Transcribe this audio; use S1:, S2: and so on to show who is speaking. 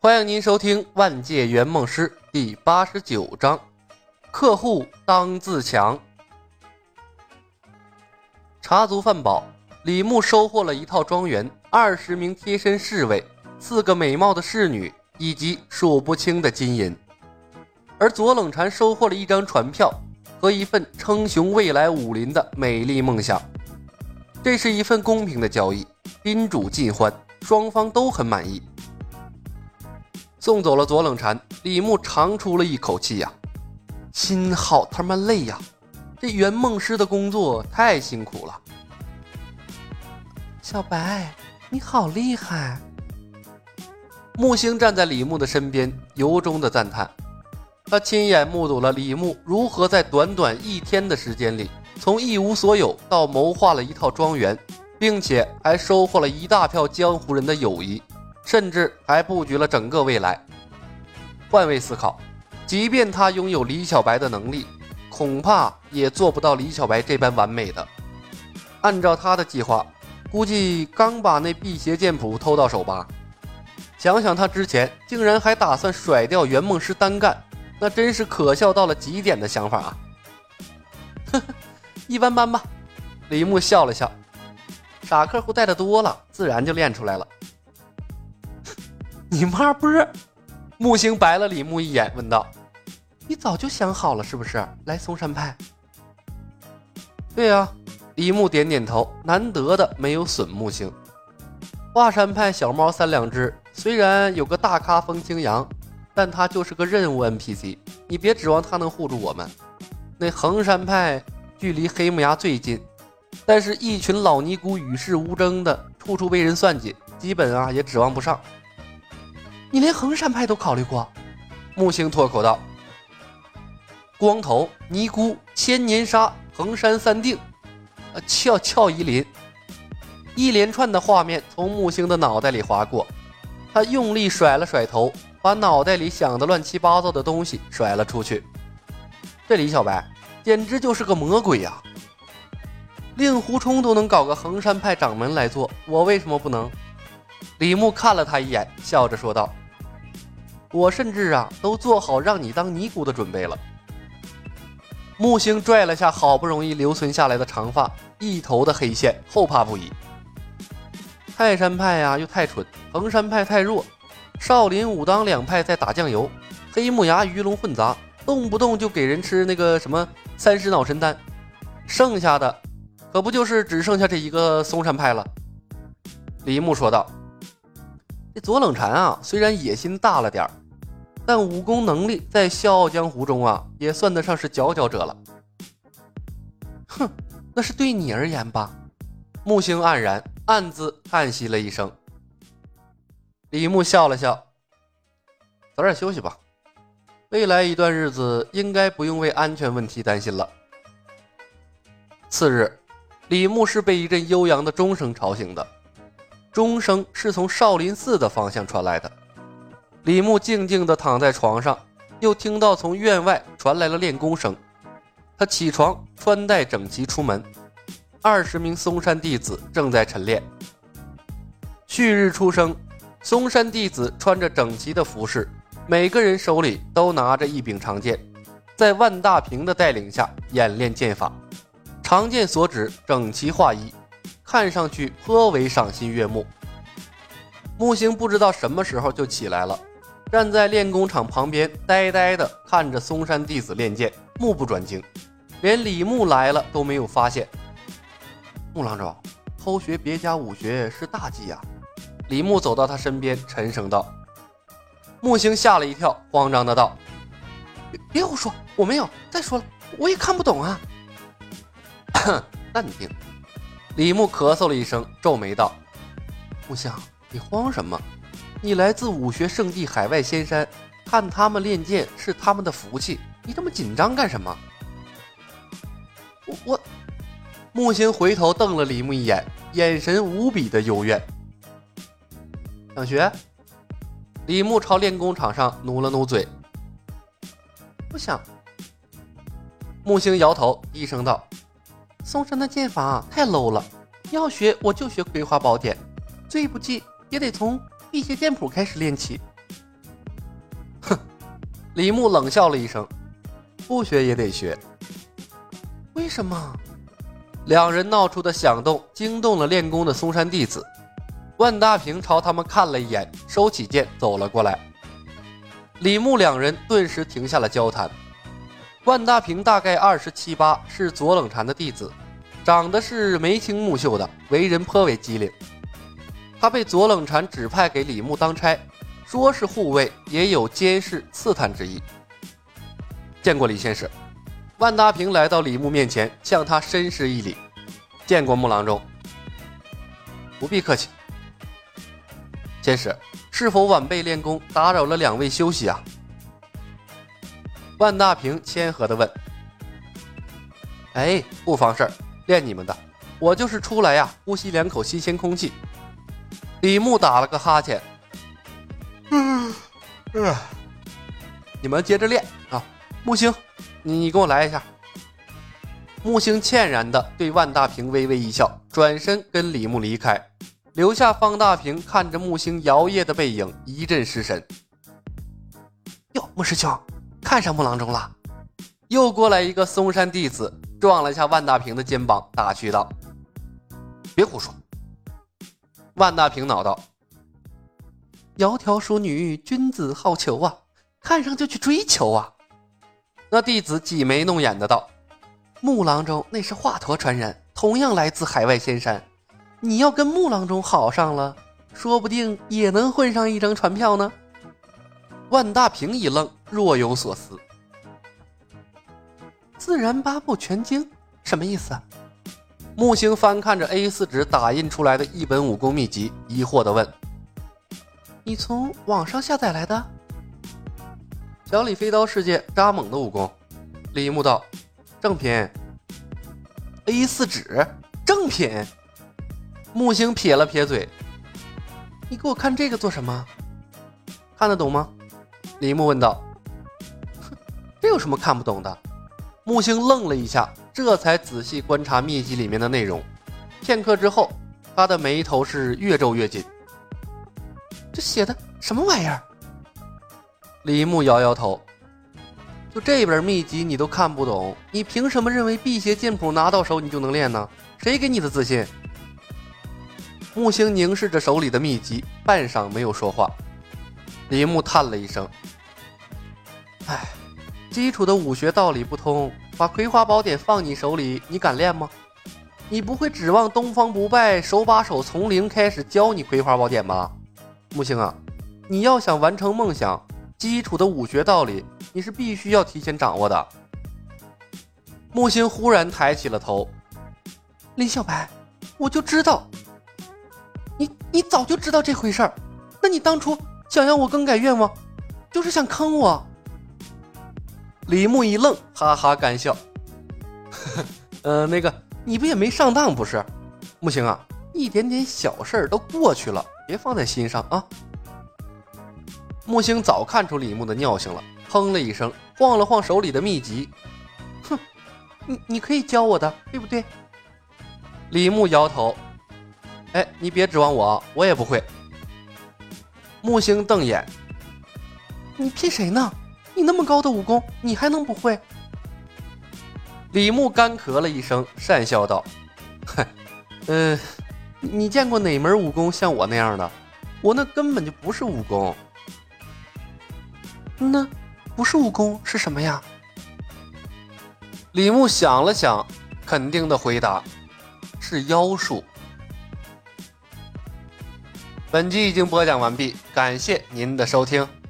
S1: 欢迎您收听《万界圆梦师》第89章，客户当自强。茶足饭饱，李牧收获了一套庄园，20名贴身侍卫，4个美貌的侍女，以及数不清的金银。而左冷禅收获了一张船票和一份称雄未来武林的美丽梦想。这是一份公平的交易，宾主尽欢，双方都很满意。送走了左冷禅，李牧长出了一口气呀，心好他妈累呀，这圆梦师的工作太辛苦了。小白，你好厉害。木星站在李牧的身边，由衷的赞叹。他亲眼目睹了李牧如何在短短1天的时间里，从一无所有到谋划了一套庄园，并且还收获了一大票江湖人的友谊，甚至还布局了整个未来。换位思考，即便他拥有李小白的能力，恐怕也做不到李小白这般完美的。按照他的计划，估计刚把那辟邪剑谱偷到手吧。想想他之前竟然还打算甩掉圆梦师单干，那真是可笑到了极点的想法啊。呵呵，一般般吧。李牧笑了笑，傻客户带的多了，自然就练出来了。你妈波！木星白了李牧一眼，问道：“你早就想好了是不是？来嵩山派？”对啊，李牧点点头，难得的没有损木星。华山派小猫3两只，虽然有个大咖风清扬，但他就是个任务 NPC， 你别指望他能护住我们。那衡山派距离黑木崖最近，但是一群老尼姑与世无争的，处处被人算计，基本也指望不上。你连衡山派都考虑过？木星脱口道。光头、尼姑、千年杀、衡山3定，俏夷林。一连串的画面从木星的脑袋里划过，他用力甩了甩头，把脑袋里想的乱七八糟的东西甩了出去。这李小白简直就是个魔鬼呀！令狐冲都能搞个衡山派掌门来做，我为什么不能？李牧看了他一眼，笑着说道：我甚至都做好让你当尼姑的准备了。木星拽了下好不容易留存下来的长发，一头的黑线，后怕不已。泰山派又太蠢，衡山派太弱，少林武当两派在打酱油，黑木崖鱼龙混杂，动不动就给人吃那个什么30脑神丹，剩下的可不就是只剩下这一个嵩山派了。李牧说道。这左冷禅虽然野心大了点，但武功能力在笑傲江湖中也算得上是佼佼者了。哼，那是对你而言吧。木星黯然，暗自叹息了一声。李牧笑了笑，早点休息吧，未来一段日子应该不用为安全问题担心了。次日，李牧是被一阵悠扬的钟声吵醒的，钟声是从少林寺的方向传来的。李牧静静地躺在床上，又听到从院外传来了练功声。他起床，穿戴整齐出门。20名嵩山弟子正在晨练。旭日初升，嵩山弟子穿着整齐的服饰，每个人手里都拿着一柄长剑，在万大平的带领下演练剑法。长剑所指，整齐划一，看上去颇为赏心悦目。木星不知道什么时候就起来了，站在练功场旁边，呆呆地看着嵩山弟子练剑，目不转睛，连李牧来了都没有发现。木郎中，偷学别家武学是大忌呀！李牧走到他身边，沉声道。木星吓了一跳，慌张的道：别胡说，我没有。再说了，我也看不懂啊。那你听。李牧咳嗽了一声，皱眉道：木星，你慌什么？你来自武学圣地海外仙山，看他们练剑是他们的福气，你这么紧张干什么？我木星回头瞪了李牧一眼，眼神无比的幽怨。想学？李牧朝练功场上努了努嘴。不想。木星摇头，低声道：嵩山的剑法太 low 了，要学我就学葵花宝典，最不济也得从辟邪剑谱开始练起。 李牧冷笑了一声，不学也得学。为什么？两人闹出的响动惊动了练功的嵩山弟子。万大平朝他们看了一眼，收起剑走了过来。李牧两人顿时停下了交谈。万大平大概27、8，是左冷禅的弟子，长得是眉清目秀的，为人颇为机灵。他被左冷禅指派给李牧当差，说是护卫，也有监视刺探之意。见过李先生。万大平来到李牧面前，向他深施一礼。见过穆郎中。不必客气。先生，是否晚辈练功打扰了两位休息啊？万大平谦和地问。哎，不妨事儿，练你们的，我就是出来呀，呼吸2口新鲜空气。李牧打了个哈欠。你们接着练啊，木星，你跟我来一下。木星歉然地对万大平微微一笑，转身跟李牧离开，留下方大平看着木星摇曳的背影，一阵失神。哟，穆师兄，看上穆郎中了。又过来一个嵩山弟子，撞了下万大平的肩膀，打趣道：别胡说。万大平恼道：窈窕淑女，君子好逑啊，看上就去追求啊。那弟子挤眉弄眼的道：穆郎中那是华佗传人，同样来自海外仙山，你要跟穆郎中好上了，说不定也能混上一张船票呢。万大平一愣，若有所思。自然八部全经什么意思啊？木星翻看着 A4 纸打印出来的一本武功秘籍，疑惑地问：你从网上下载来的？小李飞刀世界扎猛的武功。李牧道：正品。A4 纸正品？木星撇了撇嘴：你给我看这个做什么？看得懂吗？李牧问道。这有什么看不懂的？木星愣了一下，这才仔细观察秘籍里面的内容。片刻之后，他的眉头是越皱越紧。这写的什么玩意儿？李牧摇摇头。就这本秘籍你都看不懂，你凭什么认为辟邪剑谱拿到手你就能练呢？谁给你的自信？木星凝视着手里的秘籍，半晌没有说话。李牧叹了一声：哎，基础的武学道理不通，把葵花宝典放你手里，你敢练吗？你不会指望东方不败手把手从零开始教你葵花宝典吧？木星啊，你要想完成梦想，基础的武学道理你是必须要提前掌握的。木星忽然抬起了头。林小白，我就知道你早就知道这回事儿，那你当初想要我更改愿望，就是想坑我。李牧一愣，哈哈干笑。那个你不也没上当不是？木星啊，一点点小事儿都过去了，别放在心上啊。木星早看出李牧的尿性了，哼了一声，晃了晃手里的秘籍。哼，你可以教我的，对不对？李牧摇头。哎，你别指望我，我也不会。木星瞪眼。你骗谁呢？你那么高的武功，你还能不会？李牧干咳了一声，讪笑道：你见过哪门武功像我那样的？我那根本就不是武功。那不是武功是什么呀？李牧想了想，肯定的回答：是妖术。本集已经播讲完毕，感谢您的收听。